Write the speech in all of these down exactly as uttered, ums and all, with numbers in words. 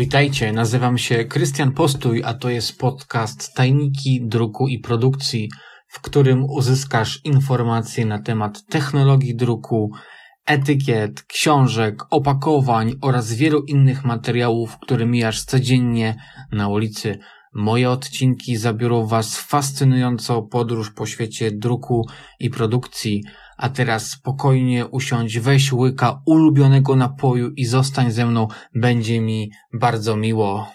Witajcie, nazywam się Krystian Postój, a to jest podcast Tajniki Druku i Produkcji, w którym uzyskasz informacje na temat technologii druku, etykiet, książek, opakowań oraz wielu innych materiałów, które mijasz codziennie na ulicy. Moje odcinki zabiorą Was w fascynującą podróż po świecie druku i produkcji. A teraz spokojnie usiądź, weź łyka ulubionego napoju i zostań ze mną, będzie mi bardzo miło.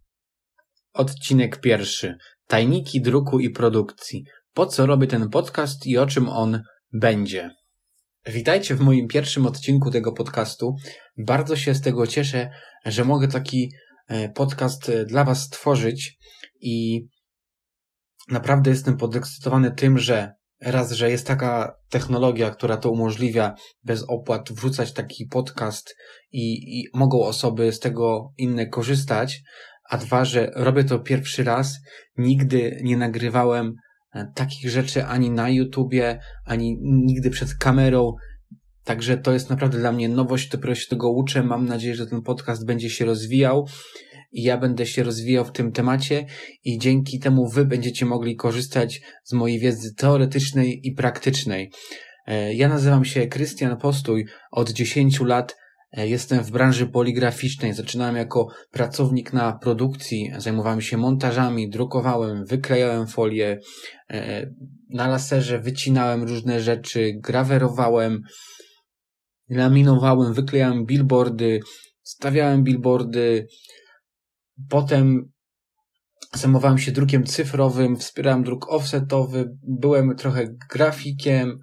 Odcinek pierwszy. Tajniki druku i produkcji. Po co robię ten podcast i o czym on będzie? Witajcie w moim pierwszym odcinku tego podcastu. Bardzo się z tego cieszę, że mogę taki podcast dla Was stworzyć i naprawdę jestem podekscytowany tym, że raz, że jest taka technologia, która to umożliwia bez opłat wrzucać taki podcast i, i mogą osoby z tego inne korzystać, a dwa, że robię to pierwszy raz, nigdy nie nagrywałem takich rzeczy ani na YouTubie, ani nigdy przed kamerą, także to jest naprawdę dla mnie nowość, dopiero się tego uczę, mam nadzieję, że ten podcast będzie się rozwijał i ja będę się rozwijał w tym temacie i dzięki temu Wy będziecie mogli korzystać z mojej wiedzy teoretycznej i praktycznej. Ja nazywam się Krystian Postój, od dziesięciu lat jestem w branży poligraficznej. Zaczynałem jako pracownik na produkcji, zajmowałem się montażami, drukowałem, wyklejałem folię, na laserze wycinałem różne rzeczy, grawerowałem, laminowałem, wyklejałem billboardy, stawiałem billboardy. Potem zajmowałem się drukiem cyfrowym, wspierałem druk offsetowy, byłem trochę grafikiem,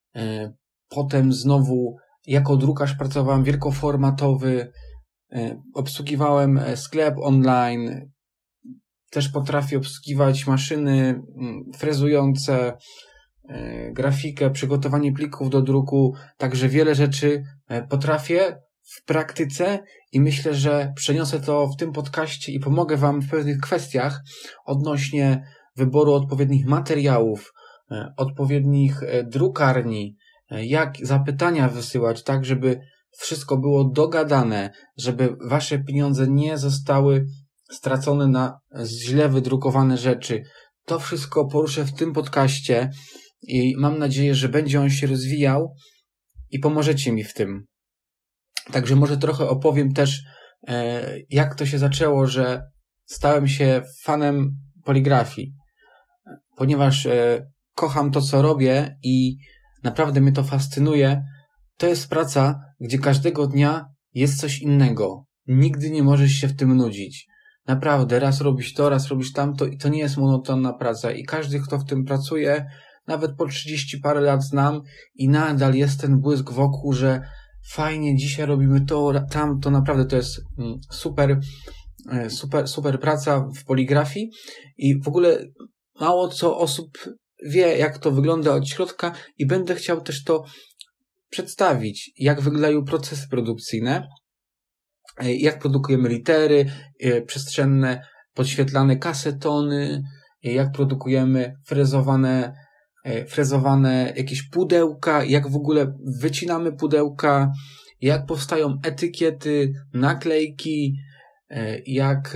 potem znowu jako drukarz pracowałem wielkoformatowy, obsługiwałem sklep online, też potrafię obsługiwać maszyny frezujące, grafikę, przygotowanie plików do druku, także wiele rzeczy potrafię w praktyce i myślę, że przeniosę to w tym podcaście i pomogę Wam w pewnych kwestiach odnośnie wyboru odpowiednich materiałów, odpowiednich drukarni, jak zapytania wysyłać tak, żeby wszystko było dogadane, żeby Wasze pieniądze nie zostały stracone na źle wydrukowane rzeczy. To wszystko poruszę w tym podcaście i mam nadzieję, że będzie on się rozwijał i pomożecie mi w tym. Także może trochę opowiem też, jak to się zaczęło, że stałem się fanem poligrafii, ponieważ kocham to, co robię i naprawdę mnie to fascynuje. To jest praca, gdzie każdego dnia jest coś innego. Nigdy nie możesz się w tym nudzić. Naprawdę, raz robisz to, raz robisz tamto i to nie jest monotonna praca. I każdy, kto w tym pracuje, nawet po trzydzieści parę lat znam i nadal jest ten błysk wokół, że fajnie, dzisiaj robimy to, tamto. Naprawdę to jest super, super, super praca w poligrafii i w ogóle mało co osób wie, jak to wygląda od środka i będę chciał też to przedstawić, jak wyglądają procesy produkcyjne, jak produkujemy litery przestrzenne, podświetlane kasetony, jak produkujemy frezowane, frezowane jakieś pudełka, jak w ogóle wycinamy pudełka, jak powstają etykiety, naklejki, jak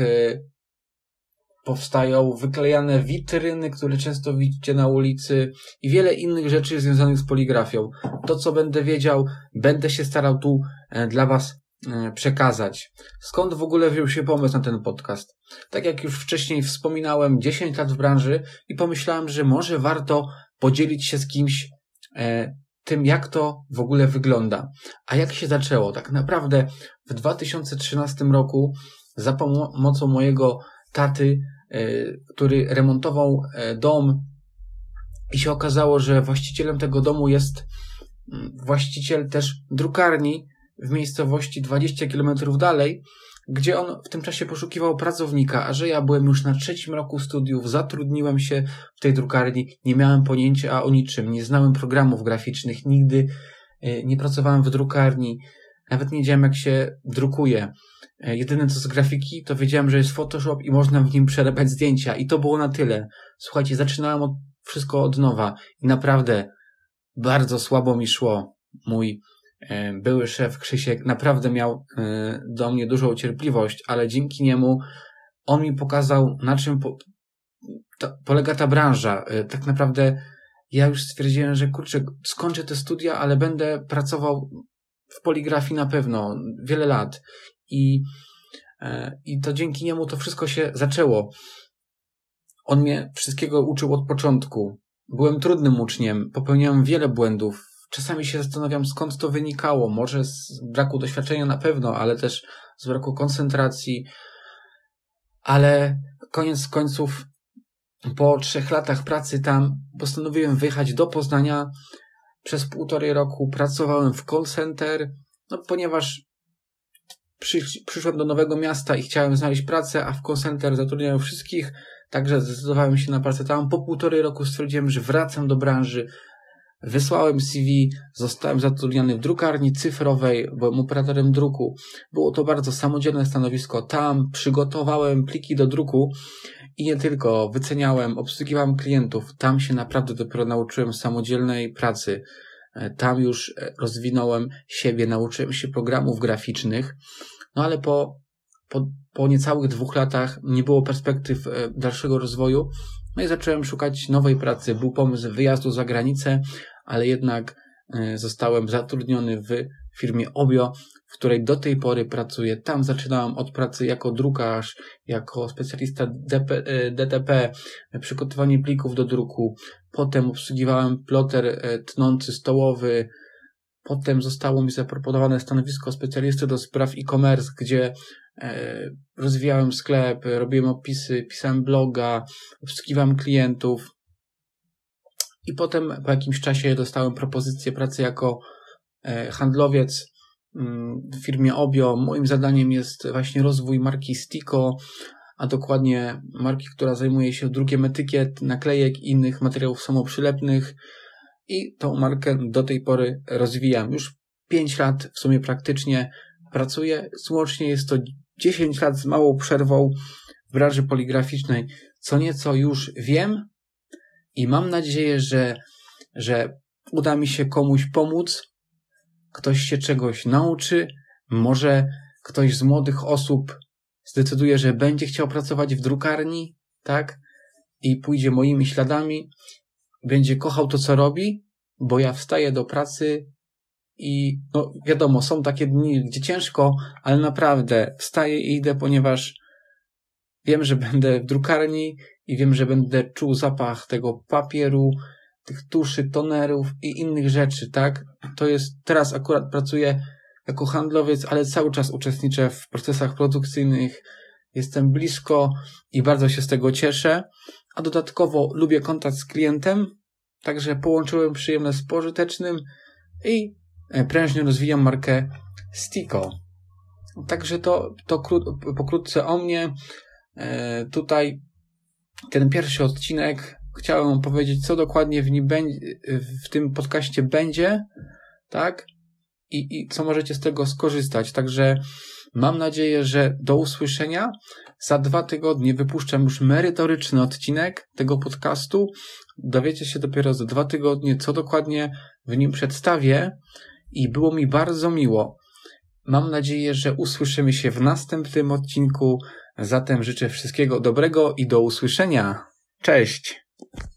powstają wyklejane witryny, które często widzicie na ulicy i wiele innych rzeczy związanych z poligrafią. To, co będę wiedział, będę się starał tu dla Was przekazać. Skąd w ogóle wziął się pomysł na ten podcast? Tak jak już wcześniej wspominałem, dziesięć lat w branży i pomyślałem, że może warto podzielić się z kimś tym, jak to w ogóle wygląda. A jak się zaczęło? Tak naprawdę w dwa tysiące trzynastym roku za pomocą mojego taty, który remontował dom i się okazało, że właścicielem tego domu jest właściciel też drukarni w miejscowości dwadzieścia kilometrów dalej, gdzie on w tym czasie poszukiwał pracownika, a że ja byłem już na trzecim roku studiów, zatrudniłem się w tej drukarni, nie miałem pojęcia o niczym, nie znałem programów graficznych, nigdy nie pracowałem w drukarni, nawet nie wiedziałem, jak się drukuje. Jedyne co z grafiki, to wiedziałem, że jest Photoshop i można w nim przerabiać zdjęcia i to było na tyle. Słuchajcie, zaczynałem od, wszystko od nowa i naprawdę bardzo słabo mi szło. Mój były szef Krzysiek naprawdę miał do mnie dużą cierpliwość, ale dzięki niemu on mi pokazał, na czym po, ta, polega ta branża. Tak naprawdę ja już stwierdziłem, że kurczę, skończę te studia, ale będę pracował w poligrafii na pewno wiele lat. I, i to dzięki niemu to wszystko się zaczęło. On mnie wszystkiego uczył od początku. Byłem trudnym uczniem, popełniałem wiele błędów. Czasami się zastanawiam, skąd to wynikało. Może z braku doświadczenia na pewno, ale też z braku koncentracji. Ale koniec końców, po trzech latach pracy tam, postanowiłem wyjechać do Poznania. Przez półtorej roku pracowałem w call center, no ponieważ przy, przyszłem do nowego miasta i chciałem znaleźć pracę, a w call center zatrudniają wszystkich, także zdecydowałem się na pracę tam. Po półtorej roku stwierdziłem, że wracam do branży. Wysłałem C V, zostałem zatrudniony w drukarni cyfrowej, byłem operatorem druku. Było to bardzo samodzielne stanowisko. Tam przygotowałem pliki do druku i nie tylko, wyceniałem, obsługiwałem klientów. Tam się naprawdę dopiero nauczyłem samodzielnej pracy. Tam już rozwinąłem siebie, nauczyłem się programów graficznych. No ale po, po, po niecałych dwóch latach nie było perspektyw dalszego rozwoju. No i zacząłem szukać nowej pracy. Był pomysł wyjazdu za granicę, ale jednak zostałem zatrudniony w firmie Obio, w której do tej pory pracuję. Tam zaczynałem od pracy jako drukarz, jako specjalista D T P, przygotowanie plików do druku. Potem obsługiwałem ploter tnący stołowy. Potem zostało mi zaproponowane stanowisko specjalisty do spraw e-commerce, gdzie rozwijałem sklep, robiłem opisy, pisałem bloga, obsługiwałem klientów. I potem po jakimś czasie dostałem propozycję pracy jako handlowiec w firmie Obio. Moim zadaniem jest właśnie rozwój marki Stiko, a dokładnie marki, która zajmuje się drukiem etykiet, naklejek i innych materiałów samoprzylepnych. I tą markę do tej pory rozwijam. Już pięć lat w sumie praktycznie pracuję. Łącznie jest to dziesięć lat z małą przerwą w branży poligraficznej. Co nieco już wiem i mam nadzieję, że, że uda mi się komuś pomóc. Ktoś się czegoś nauczy. Może ktoś z młodych osób zdecyduje, że będzie chciał pracować w drukarni, tak? I pójdzie moimi śladami. Będzie kochał to, co robi, bo ja wstaję do pracy i no wiadomo, są takie dni, gdzie ciężko, ale naprawdę wstaję i idę, ponieważ wiem, że będę w drukarni i wiem, że będę czuł zapach tego papieru, tych tuszy, tonerów i innych rzeczy, tak? To jest, teraz akurat pracuję jako handlowiec, ale cały czas uczestniczę w procesach produkcyjnych, jestem blisko i bardzo się z tego cieszę. A dodatkowo lubię kontakt z klientem, także połączyłem przyjemne z pożytecznym i prężnie rozwijam markę Stiko. Także to, to kró- pokrótce o mnie. E, tutaj ten pierwszy odcinek chciałem powiedzieć, co dokładnie w nim będzie, w tym podcaście będzie, tak? I, i co możecie z tego skorzystać. Także mam nadzieję, że do usłyszenia. Za dwa tygodnie wypuszczam już merytoryczny odcinek tego podcastu. Dowiecie się dopiero za dwa tygodnie, co dokładnie w nim przedstawię. I było mi bardzo miło. Mam nadzieję, że usłyszymy się w następnym odcinku. Zatem życzę wszystkiego dobrego i do usłyszenia. Cześć!